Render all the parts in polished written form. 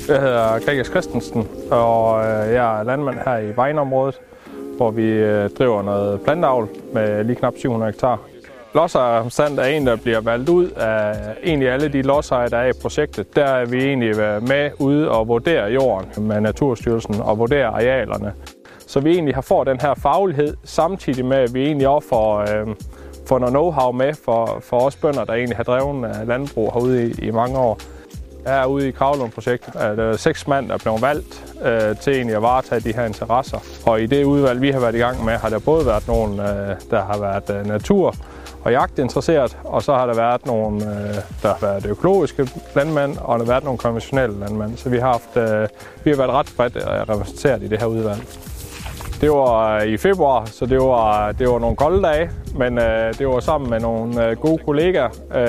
Jeg hedder Gregers Christensen, og jeg er landmand her i Vejnområdet, hvor vi driver noget planteavl med lige knap 700 hektar. Lodsejerstand er en, der bliver valgt ud af egentlig alle de lodsejere, der er i projektet. Der er vi egentlig med ude og vurdere jorden med Naturstyrelsen og vurdere arealerne. Så vi egentlig har fået den her faglighed, samtidig med, at vi egentlig også får noget know-how med for os bønder, der egentlig har drevet landbrug herude i mange år. Herude i Kravlund-projektet er der 6 mand, der er blevet valgt til egentlig at varetage de her interesser. Og i det udvalg, vi har været i gang med, har der både været nogen, der har været natur- og jagtinteresseret, og så har der været nogle, der har været økologiske landmænd, og der har været nogle konventionelle landmænd. Så vi har været ret bredt repræsenteret i det her udvalg. Det var i februar, så det var nogle kolde dage, men det var sammen med nogle gode kollegaer.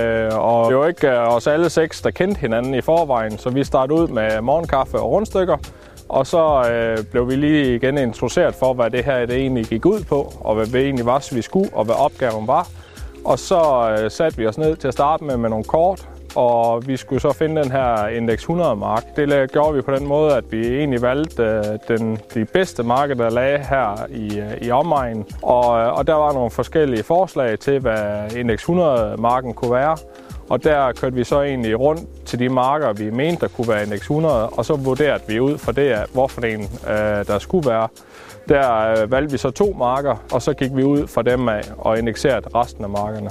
Og det var ikke os alle 6, der kendte hinanden i forvejen, så vi startede ud med morgenkaffe og rundstykker. Og så blev vi lige igen introduceret for, hvad det her det egentlig gik ud på, og hvad det egentlig var, så vi skulle, og hvad opgaven var. Og så satte vi os ned til at starte med nogle kort, og vi skulle så finde den her indeks 100-mark. Det gjorde vi på den måde, at vi egentlig valgte de bedste marker, der lagde her i omegnen. Og der var nogle forskellige forslag til, hvad indeks 100-marken kunne være. Og der kørte vi så egentlig rundt til de marker, vi mente, der kunne være indeks 100, og så vurderede vi ud fra det, hvorfor en der skulle være. Der valgte vi så 2 marker, og så gik vi ud fra dem af og indekserede resten af markerne.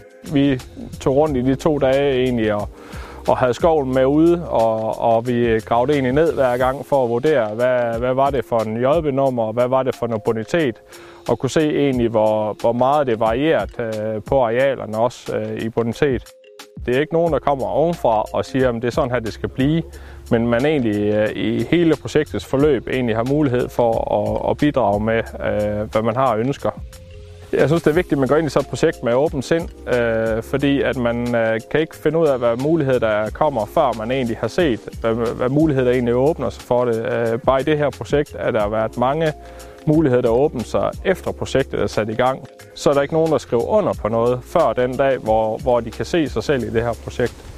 Vi tog rundt i de 2 dage egentlig og havde skoven med ude, og vi gravede egentlig ned hver gang for at vurdere, hvad var det for en JB-nummer, og hvad var det for en bonitet, og kunne se egentlig, hvor meget det varierede på arealerne også i bonitet. Det er ikke nogen, der kommer ovenfra og siger, at det er sådan her, det skal blive, men man egentlig i hele projektets forløb egentlig har mulighed for at bidrage med, hvad man har ønsker. Jeg synes, det er vigtigt, at man går ind i sådan et projekt med åbent sind, fordi at man kan ikke finde ud af, hvad muligheder der kommer, før man egentlig har set, hvad muligheder der egentlig åbner sig for det. Bare i det her projekt er der været mange muligheder, der åbner sig efter projektet er sat i gang. Så er der ikke nogen, der skriver under på noget før den dag, hvor de kan se sig selv i det her projekt.